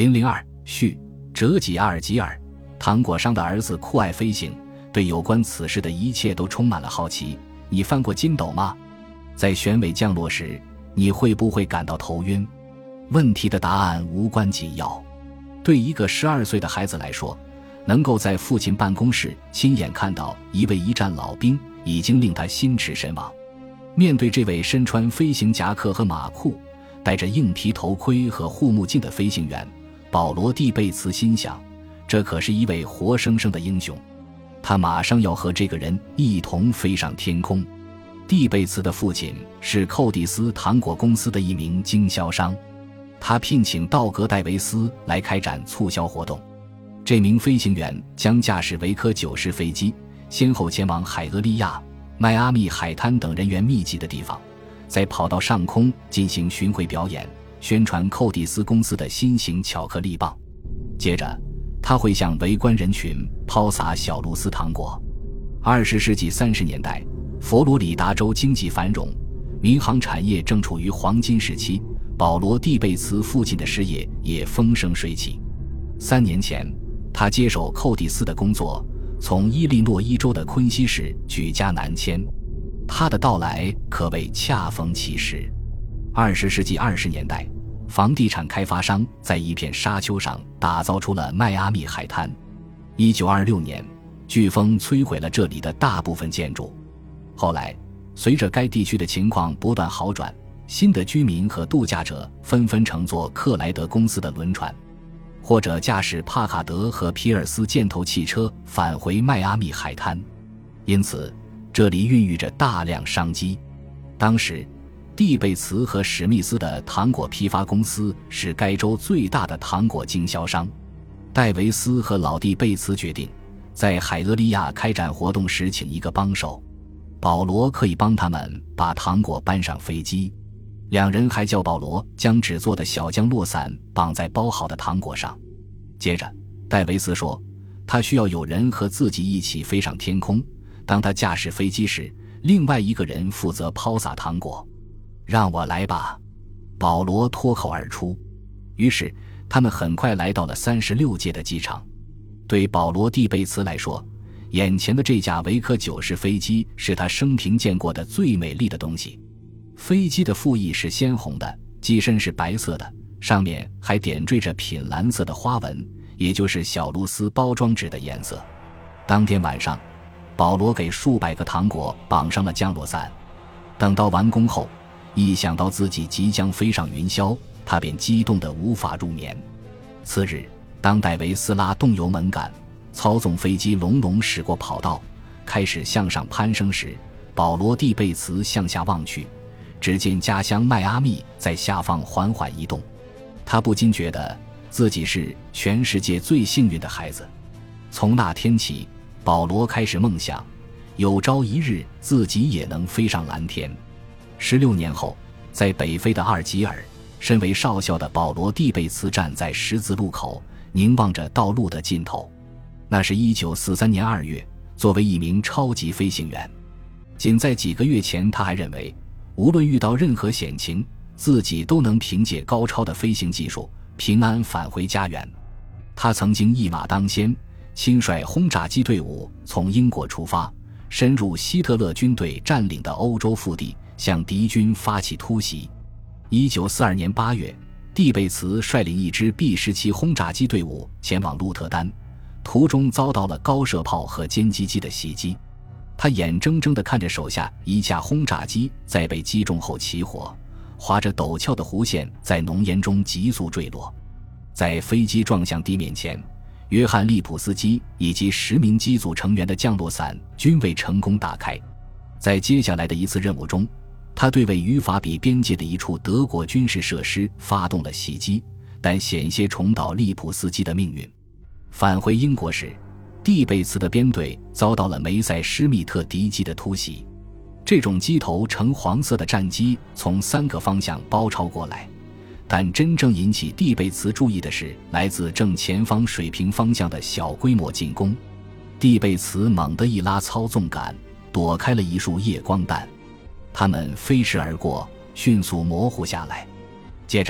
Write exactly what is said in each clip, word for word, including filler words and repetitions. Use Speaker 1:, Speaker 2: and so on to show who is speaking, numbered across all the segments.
Speaker 1: 零零二序哲吉阿尔吉尔，糖果商的儿子酷爱飞行，对有关此事的一切都充满了好奇。你翻过筋斗吗？在旋尾降落时，你会不会感到头晕？问题的答案无关紧要。对一个十二岁的孩子来说，能够在父亲办公室亲眼看到一位一战老兵，已经令他心驰神往。面对这位身穿飞行夹克和马裤，戴着硬皮头盔和护目镜的飞行员，保罗·蒂贝茨心想，这可是一位活生生的英雄。他马上要和这个人一同飞上天空。蒂贝茨的父亲是寇蒂斯糖果公司的一名经销商，他聘请道格·戴维斯来开展促销活动。这名飞行员将驾驶维科九十飞机，先后前往海俄利亚、迈阿密海滩等人员密集的地方，在跑道上空进行巡回表演，宣传寇蒂斯公司的新型巧克力棒。接着他会向围观人群抛洒小露丝糖果。二十世纪三十年代，佛罗里达州经济繁荣，民航产业正处于黄金时期，保罗·蒂贝茨父亲的事业也风生水起。三年前，他接手寇蒂斯的工作，从伊利诺伊州的昆西市举家南迁。他的到来可谓恰逢其时。二十世纪二十年代，房地产开发商在一片沙丘上打造出了迈阿密海滩。一九二六年，飓风摧毁了这里的大部分建筑。后来，随着该地区的情况不断好转，新的居民和度假者纷纷乘坐克莱德公司的轮船，或者驾驶帕卡德和皮尔斯箭头汽车返回迈阿密海滩。因此，这里孕育着大量商机。当时，蒂贝茨和史密斯的糖果批发公司是该州最大的糖果经销商。戴维斯和老蒂贝茨决定在海俄利亚开展活动时请一个帮手，保罗可以帮他们把糖果搬上飞机。两人还叫保罗将纸做的小降落伞绑在包好的糖果上。接着，戴维斯说，他需要有人和自己一起飞上天空，当他驾驶飞机时，另外一个人负责抛洒糖果。让我来吧，保罗脱口而出。于是他们很快来到了三十六届的机场。对保罗·蒂贝茨来说，眼前的这架维科九十飞机是他生平见过的最美丽的东西。飞机的副翼是鲜红的，机身是白色的，上面还点缀着品蓝色的花纹，也就是小露丝包装纸的颜色。当天晚上，保罗给数百个糖果绑上了降落伞。等到完工后，一想到自己即将飞上云霄，他便激动得无法入眠。次日，当戴维斯拉动油门杆，操纵飞机隆隆驶过跑道，开始向上攀升时，保罗·蒂贝茨向下望去，只见家乡迈阿密在下方缓缓移动。他不禁觉得自己是全世界最幸运的孩子。从那天起，保罗开始梦想，有朝一日自己也能飞上蓝天。十六年后，在北非的阿尔及尔，身为少校的保罗·蒂贝茨站在十字路口，凝望着道路的尽头。那是一九四三年二月，作为一名超级飞行员，仅在几个月前他还认为，无论遇到任何险情，自己都能凭借高超的飞行技术平安返回家园。他曾经一马当先，亲率轰炸机队伍从英国出发，深入希特勒军队占领的欧洲腹地，向敌军发起突袭。一九四二年八月，蒂贝茨率领一支 B 十七 轰炸机队伍前往鹿特丹，途中遭到了高射炮和歼击机的袭击。他眼睁睁地看着手下一架轰炸机在被击中后起火，划着陡峭的弧线在浓烟中急速坠落。在飞机撞向地面前，约翰·利普斯基以及十名机组成员的降落伞均未成功打开。在接下来的一次任务中，他对位于法比边界的一处德国军事设施发动了袭击，但险些重蹈利普斯基的命运。返回英国时，蒂贝茨的编队遭到了梅塞施密特敌机的突袭。这种机头呈黄色的战机从三个方向包抄过来，但真正引起蒂贝茨注意的是来自正前方水平方向的小规模进攻。蒂贝茨猛地一拉操纵杆，躲开了一束夜光弹，它们飞驰而过，迅速模糊下来。接着，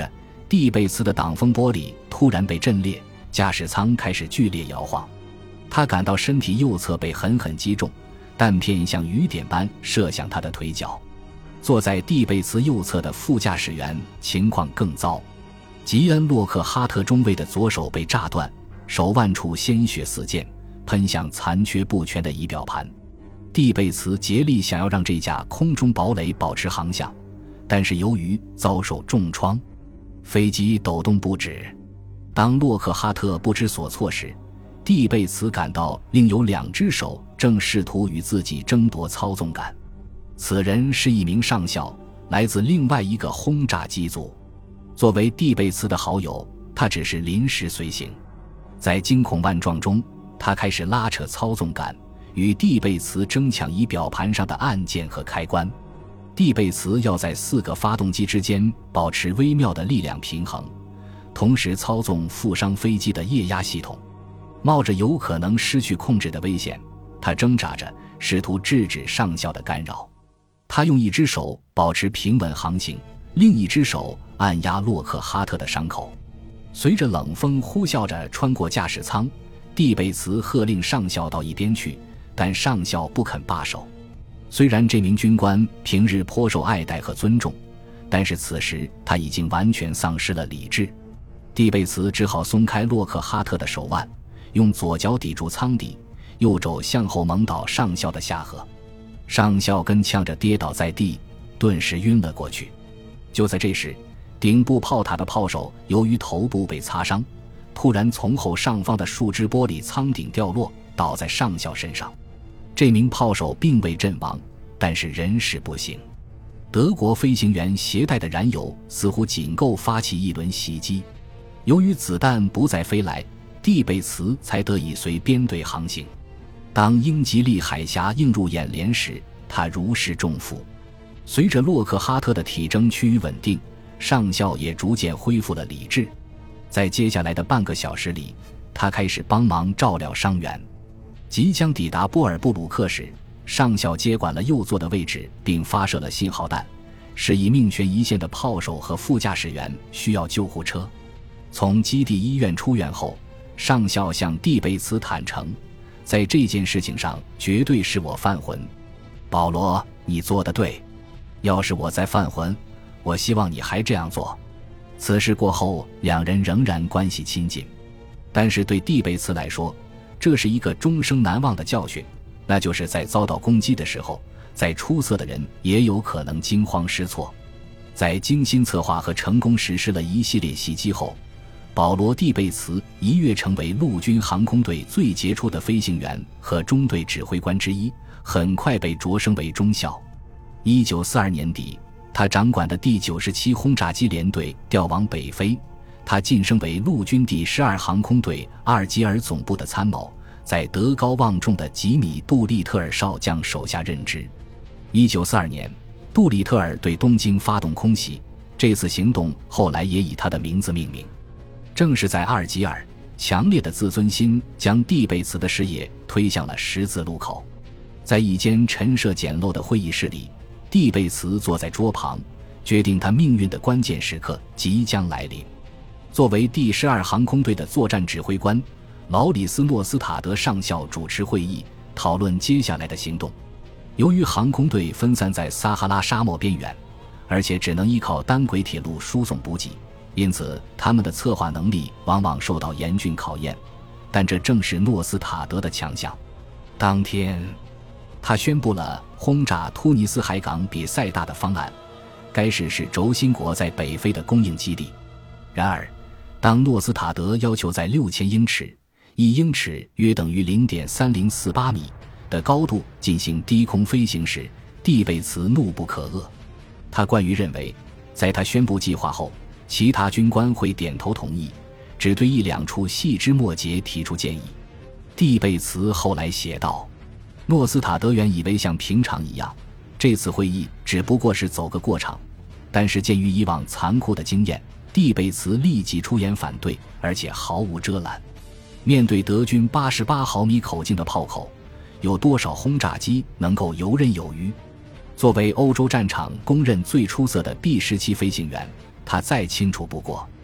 Speaker 1: 蒂贝茨的挡风玻璃突然被震裂，驾驶舱开始剧烈摇晃，他感到身体右侧被狠狠击中，弹片像雨点般射向他的腿脚。坐在蒂贝茨右侧的副驾驶员情况更糟，吉恩·洛克哈特中尉的左手被炸断，手腕处鲜血四溅，喷向残缺不全的仪表盘。蒂贝茨竭力想要让这架空中堡垒保持航向，但是由于遭受重创，飞机抖动不止。当洛克哈特不知所措时，蒂贝茨感到另有两只手正试图与自己争夺操纵杆。此人是一名上校，来自另外一个轰炸机组。作为蒂贝茨的好友，他只是临时随行。在惊恐万状中，他开始拉扯操纵杆，与蒂贝茨争抢仪表盘上的按键和开关。蒂贝茨要在四个发动机之间保持微妙的力量平衡，同时操纵负伤飞机的液压系统。冒着有可能失去控制的危险，他挣扎着试图制止上校的干扰。他用一只手保持平稳航行，另一只手按压洛克哈特的伤口。随着冷风呼啸着穿过驾驶舱，蒂贝茨喝令上校到一边去，但上校不肯罢手。虽然这名军官平日颇受爱戴和尊重，但是此时他已经完全丧失了理智。蒂贝茨只好松开洛克哈特的手腕，用左脚抵住舱底，右肘向后猛倒上校的下颌。上校跟呛着跌倒在地，顿时晕了过去。就在这时，顶部炮塔的炮手由于头部被擦伤，突然从后上方的数只玻璃舱顶掉落，倒在上校身上。这名炮手并未阵亡，但是人事不省。德国飞行员携带的燃油似乎仅够发起一轮袭击。由于子弹不再飞来，蒂贝茨才得以随编队航行。当英吉利海峡映入眼帘时，他如释重负。随着洛克哈特的体征趋于稳定，上校也逐渐恢复了理智。在接下来的半个小时里，他开始帮忙照料伤员。即将抵达波尔布鲁克时，上校接管了右座的位置，并发射了信号弹，示意命悬一线的炮手和副驾驶员需要救护车。从基地医院出院后，上校向蒂贝茨坦诚，在这件事情上绝对是我犯浑。保罗，你做得对，要是我再犯浑，我希望你还这样做。此事过后，两人仍然关系亲近，但是对蒂贝茨来说，这是一个终生难忘的教训，那就是在遭到攻击的时候，再出色的人也有可能惊慌失措。在精心策划和成功实施了一系列袭击后，保罗·蒂贝茨一跃成为陆军航空队最杰出的飞行员和中队指挥官之一，很快被擢升为中校。一九四二年底，他掌管的第九十七轰炸机联队调往北非，他晋升为陆军第十二航空队阿尔及尔总部的参谋，在德高望重的吉米·杜利特尔少将手下任职。一九四二年，杜利特尔对东京发动空袭，这次行动后来也以他的名字命名。正是在阿尔及尔，强烈的自尊心将蒂贝茨的事业推向了十字路口。在一间陈设简陋的会议室里，蒂贝茨坐在桌旁，决定他命运的关键时刻即将来临。作为第十二航空队的作战指挥官，劳里斯·诺斯塔德上校主持会议，讨论接下来的行动。由于航空队分散在撒哈拉沙漠边缘，而且只能依靠单轨铁路输送补给，因此他们的策划能力往往受到严峻考验，但这正是诺斯塔德的强项。当天，他宣布了轰炸突尼斯海港比塞大的方案，该市是轴心国在北非的供应基地。然而，当诺斯塔德要求在六千英尺（一英尺约等于 零点三零四八米）的高度进行低空飞行时，蒂贝茨怒不可遏。他惯于认为，在他宣布计划后，其他军官会点头同意，只对一两处细枝末节提出建议。蒂贝茨后来写道，诺斯塔德原以为像平常一样，这次会议只不过是走个过场，但是鉴于以往残酷的经验，蒂贝茨立即出言反对，而且毫无遮拦。面对德军八十八毫米口径的炮口，有多少轰炸机能够游刃有余？作为欧洲战场公认最出色的 B 十七飞行员，他再清楚不过。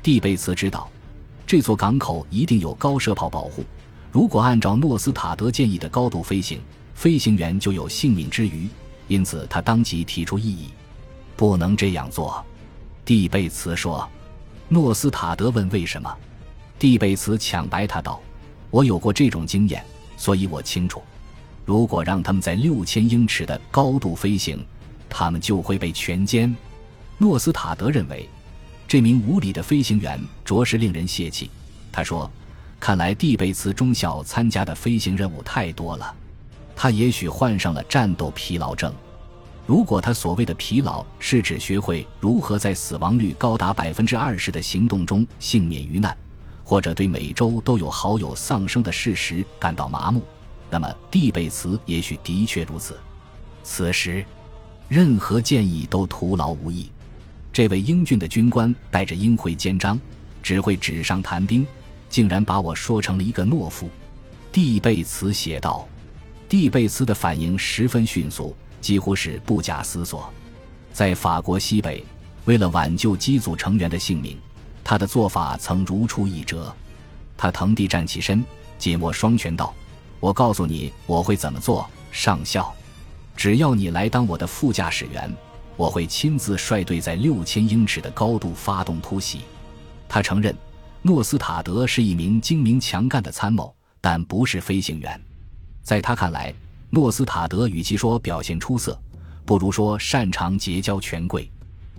Speaker 1: 蒂贝茨知道，这座港口一定有高射炮保护，如果按照诺斯塔德建议的高度飞行，飞行员就有性命之虞，因此他当即提出异议，不能这样做。蒂贝茨说。诺斯塔德问为什么，蒂贝茨抢白他道，我有过这种经验，所以我清楚，如果让他们在六千英尺的高度飞行，他们就会被全歼。诺斯塔德认为这名无礼的飞行员着实令人泄气，他说，看来蒂贝茨中校参加的飞行任务太多了，他也许患上了战斗疲劳症。如果他所谓的疲劳是指学会如何在死亡率高达 百分之二十 的行动中幸免于难，或者对每周都有好友丧生的事实感到麻木，那么蒂贝茨也许的确如此。此时任何建议都徒劳无益。这位英俊的军官带着鹰会肩章，只会纸上谈兵，竟然把我说成了一个懦夫。蒂贝茨写道。蒂贝茨的反应十分迅速，几乎是不假思索。在法国西北，为了挽救机组成员的性命，他的做法曾如出一辙。他腾地站起身，紧握双拳道，我告诉你我会怎么做，上校，只要你来当我的副驾驶员，我会亲自率队在六千英尺的高度发动突袭。他承认诺斯塔德是一名精明强干的参谋，但不是飞行员。在他看来，诺斯塔德与其说表现出色，不如说擅长结交权贵。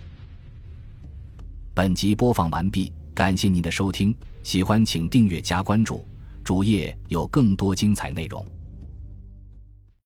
Speaker 1: 本集播放完毕，感谢您的收听，喜欢请订阅加关注，主页有更多精彩内容。